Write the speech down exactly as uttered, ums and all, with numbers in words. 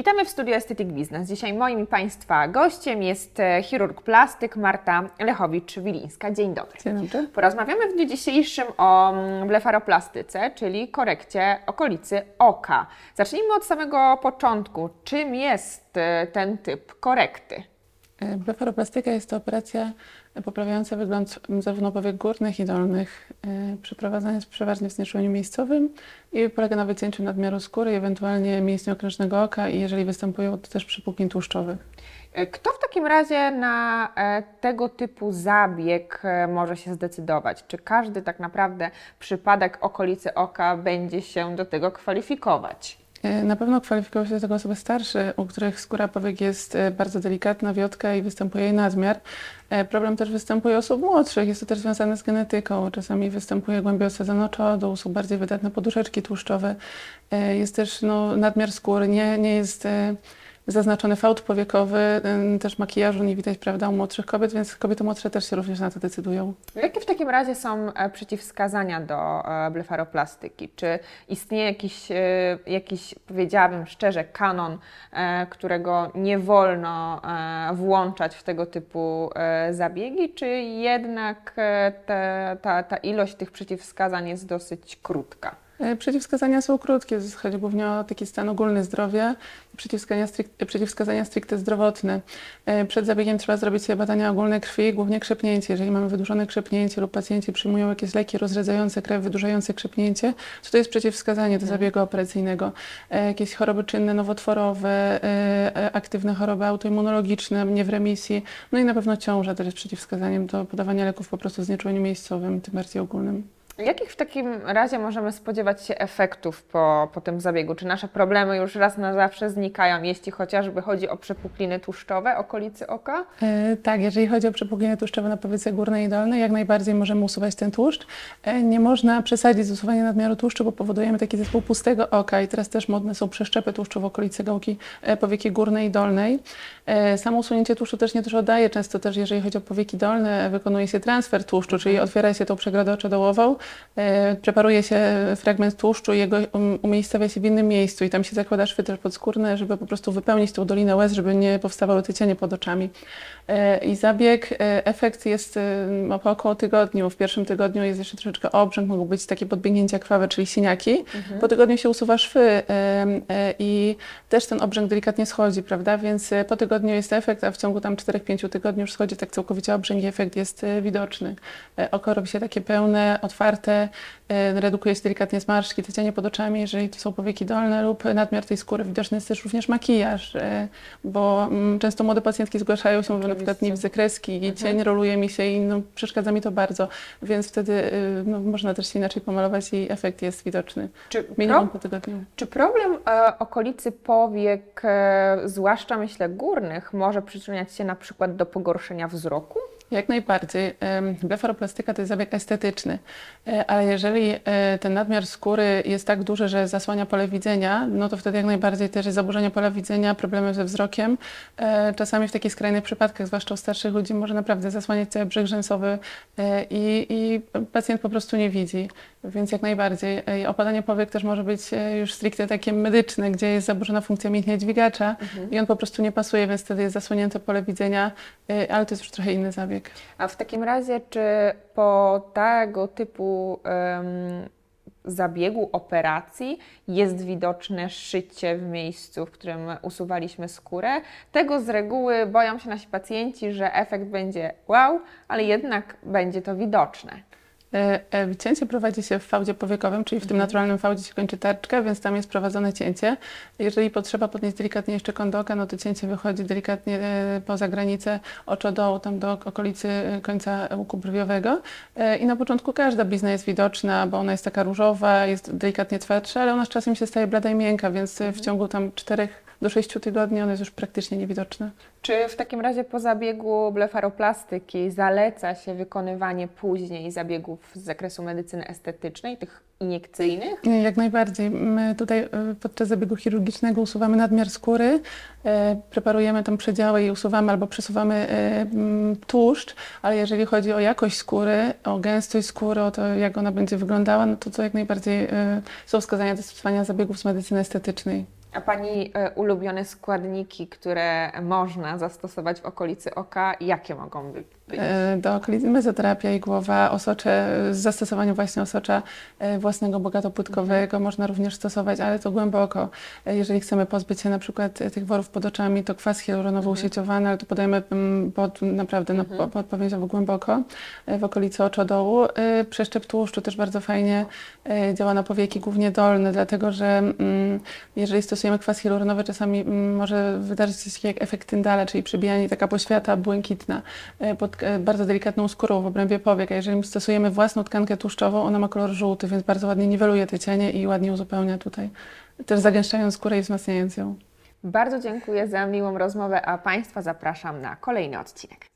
Witamy w studiu Aesthetic Business. Dzisiaj moim i Państwa gościem jest chirurg plastyk Marta Lechowicz-Wilińska. Dzień dobry. Dzień dobry. Porozmawiamy w dniu dzisiejszym o blefaroplastyce, czyli korekcie okolicy oka. Zacznijmy od samego początku. Czym jest ten typ korekty? Blefaroplastyka jest to operacja poprawiająca wygląd zarówno powiek górnych i dolnych. Przeprowadzana jest przeważnie w znieczuleniu miejscowym i polega na wycięciu nadmiaru skóry i ewentualnie mięśni okrężnego oka i jeżeli występują, to też przypuknień tłuszczowych. Kto w takim razie na tego typu zabieg może się zdecydować? Czy każdy tak naprawdę przypadek okolicy oka będzie się do tego kwalifikować? Na pewno kwalifikują się do tego osoby starsze, u których skóra powiek jest bardzo delikatna, wiotka i występuje jej nadmiar. Problem też występuje u osób młodszych, jest to też związane z genetyką. Czasami występuje głębiej osadzone oczodu, u osób bardziej wydatne poduszeczki tłuszczowe. Jest też no, nadmiar skóry, nie, nie jest zaznaczony fałd powiekowy, też makijażu nie widać, prawda, u młodszych kobiet, więc kobiety młodsze też się również na to decydują. Jakie w takim razie są przeciwwskazania do blefaroplastyki? Czy istnieje jakiś, jakiś, powiedziałabym szczerze, kanon, którego nie wolno włączać w tego typu zabiegi, czy jednak te, ta, ta ilość tych przeciwwskazań jest dosyć krótka? Przeciwwskazania są krótkie, chodzi głównie o taki stan ogólny zdrowia, przeciwwskazania, stricte, przeciwwskazania stricte zdrowotne. Przed zabiegiem trzeba zrobić sobie badania ogólne krwi, głównie krzepnięcie. Jeżeli mamy wydłużone krzepnięcie lub pacjenci przyjmują jakieś leki rozrzedzające krew, wydłużające krzepnięcie, to to jest przeciwwskazanie do zabiegu operacyjnego. Jakieś choroby czynne, nowotworowe, aktywne choroby autoimmunologiczne, nie w remisji, no i na pewno ciąża też jest przeciwwskazaniem do podawania leków po prostu w znieczuleniu miejscowym, tym bardziej ogólnym. Jakich w takim razie możemy spodziewać się efektów po, po tym zabiegu? Czy nasze problemy już raz na zawsze znikają, jeśli chociażby chodzi o przepukliny tłuszczowe okolicy oka? E, tak, jeżeli chodzi o przepukliny tłuszczowe na powiece górnej i dolnej, jak najbardziej możemy usuwać ten tłuszcz. E, nie można przesadzić z usuwaniem nadmiaru tłuszczu, bo powodujemy taki zespół pustego oka i teraz też modne są przeszczepy tłuszczu w okolicy gałki, e, powieki górnej i dolnej. E, samo usunięcie tłuszczu też nie dużo daje. Często też, jeżeli chodzi o powieki dolne, wykonuje się transfer tłuszczu, czyli otwiera się tą przegrodę oczodołową, preparuje się fragment tłuszczu i jego umiejscawia się w innym miejscu i tam się zakłada szwy też podskórne, żeby po prostu wypełnić tą dolinę łez, żeby nie powstawały te cienie pod oczami. I zabieg, efekt jest po około tygodniu. W pierwszym tygodniu jest jeszcze troszeczkę obrzęk, mogą być takie podbiegnięcia krwawe, czyli siniaki. Mhm. Po tygodniu się usuwa szwy i też ten obrzęk delikatnie schodzi, prawda? Więc po tygodniu jest efekt, a w ciągu tam czterech pięciu tygodni już schodzi tak całkowicie obrzęk i efekt jest widoczny. Oko robi się takie pełne, otwarte, redukuje się delikatnie zmarszczki, te cienie pod oczami, jeżeli to są powieki dolne lub nadmiar tej skóry. Widoczny jest też również makijaż, bo często młode pacjentki zgłaszają się, mówią na przykład nie widzę kreski i cień roluje mi się i no, przeszkadza mi to bardzo, więc wtedy no, można też się inaczej pomalować i efekt jest widoczny. Czy, minimum pro, po tygodniu. Czy problem e, okolicy powiek, e, zwłaszcza myślę górnych, może przyczyniać się na przykład do pogorszenia wzroku? Jak najbardziej. Blefaroplastyka to jest zabieg estetyczny, ale jeżeli ten nadmiar skóry jest tak duży, że zasłania pole widzenia, no to wtedy jak najbardziej też jest zaburzenie pola widzenia, problemy ze wzrokiem. Czasami w takich skrajnych przypadkach, zwłaszcza u starszych ludzi, może naprawdę zasłaniać cały brzeg rzęsowy i, i pacjent po prostu nie widzi, więc jak najbardziej. Opadanie powiek też może być już stricte takie medyczne, gdzie jest zaburzona funkcja mięśnia dźwigacza mhm. i on po prostu nie pasuje, więc wtedy jest zasłonięte pole widzenia, ale to jest już trochę inny zabieg. A w takim razie, czy po tego typu um, zabiegu, operacji jest widoczne szycie w miejscu, w którym usuwaliśmy skórę? Tego z reguły boją się nasi pacjenci, że efekt będzie wow, ale jednak będzie to widoczne. Cięcie prowadzi się w fałdzie powiekowym, czyli w tym naturalnym fałdzie się kończy tarczka, więc tam jest prowadzone cięcie. Jeżeli potrzeba podnieść delikatnie jeszcze kąt oka, no to cięcie wychodzi delikatnie poza granicę oczodołu, tam do okolicy końca łuku brwiowego. I na początku każda blizna jest widoczna, bo ona jest taka różowa, jest delikatnie twardsza, ale ona z czasem się staje blada i miękka, więc w ciągu tam czterech do sześciu tygodni ona jest już praktycznie niewidoczna. Czy w takim razie po zabiegu blefaroplastyki zaleca się wykonywanie później zabiegów z zakresu medycyny estetycznej, tych iniekcyjnych? Jak najbardziej. My tutaj podczas zabiegu chirurgicznego usuwamy nadmiar skóry, preparujemy tam przedziały i usuwamy albo przesuwamy tłuszcz, ale jeżeli chodzi o jakość skóry, o gęstość skóry, o to, jak ona będzie wyglądała, no to to jak najbardziej są wskazania do stosowania zabiegów z medycyny estetycznej. A Pani e, ulubione składniki, które można zastosować w okolicy oka, jakie mogą być? E, Do okolicy mezoterapia igłowa, osocze z zastosowaniem właśnie osocza e, własnego bogatopłytkowego można również stosować, ale to głęboko. E, Jeżeli chcemy pozbyć się na przykład e, tych worów pod oczami, to kwas hialuronowy usieciowany, ale to podajemy mm, pod, naprawdę na, po- podpowiedziowo głęboko e, w okolicy oczodołu. E, Przeszczep tłuszczu też bardzo fajnie e, działa na powieki, głównie dolne, dlatego że mm, jeżeli stosujemy kwas hialuronowy, czasami mm, może wydarzyć się coś takiego jak efekt Tyndala, czyli przebijanie, taka poświata błękitna e, pod e, bardzo delikatną skórą w obrębie powiek, a jeżeli stosujemy własną tkankę tłuszczową, ona ma kolor żółty, więc bardzo ładnie niweluje te cienie i ładnie uzupełnia tutaj, też zagęszczając skórę i wzmacniając ją. Bardzo dziękuję za miłą rozmowę, a Państwa zapraszam na kolejny odcinek.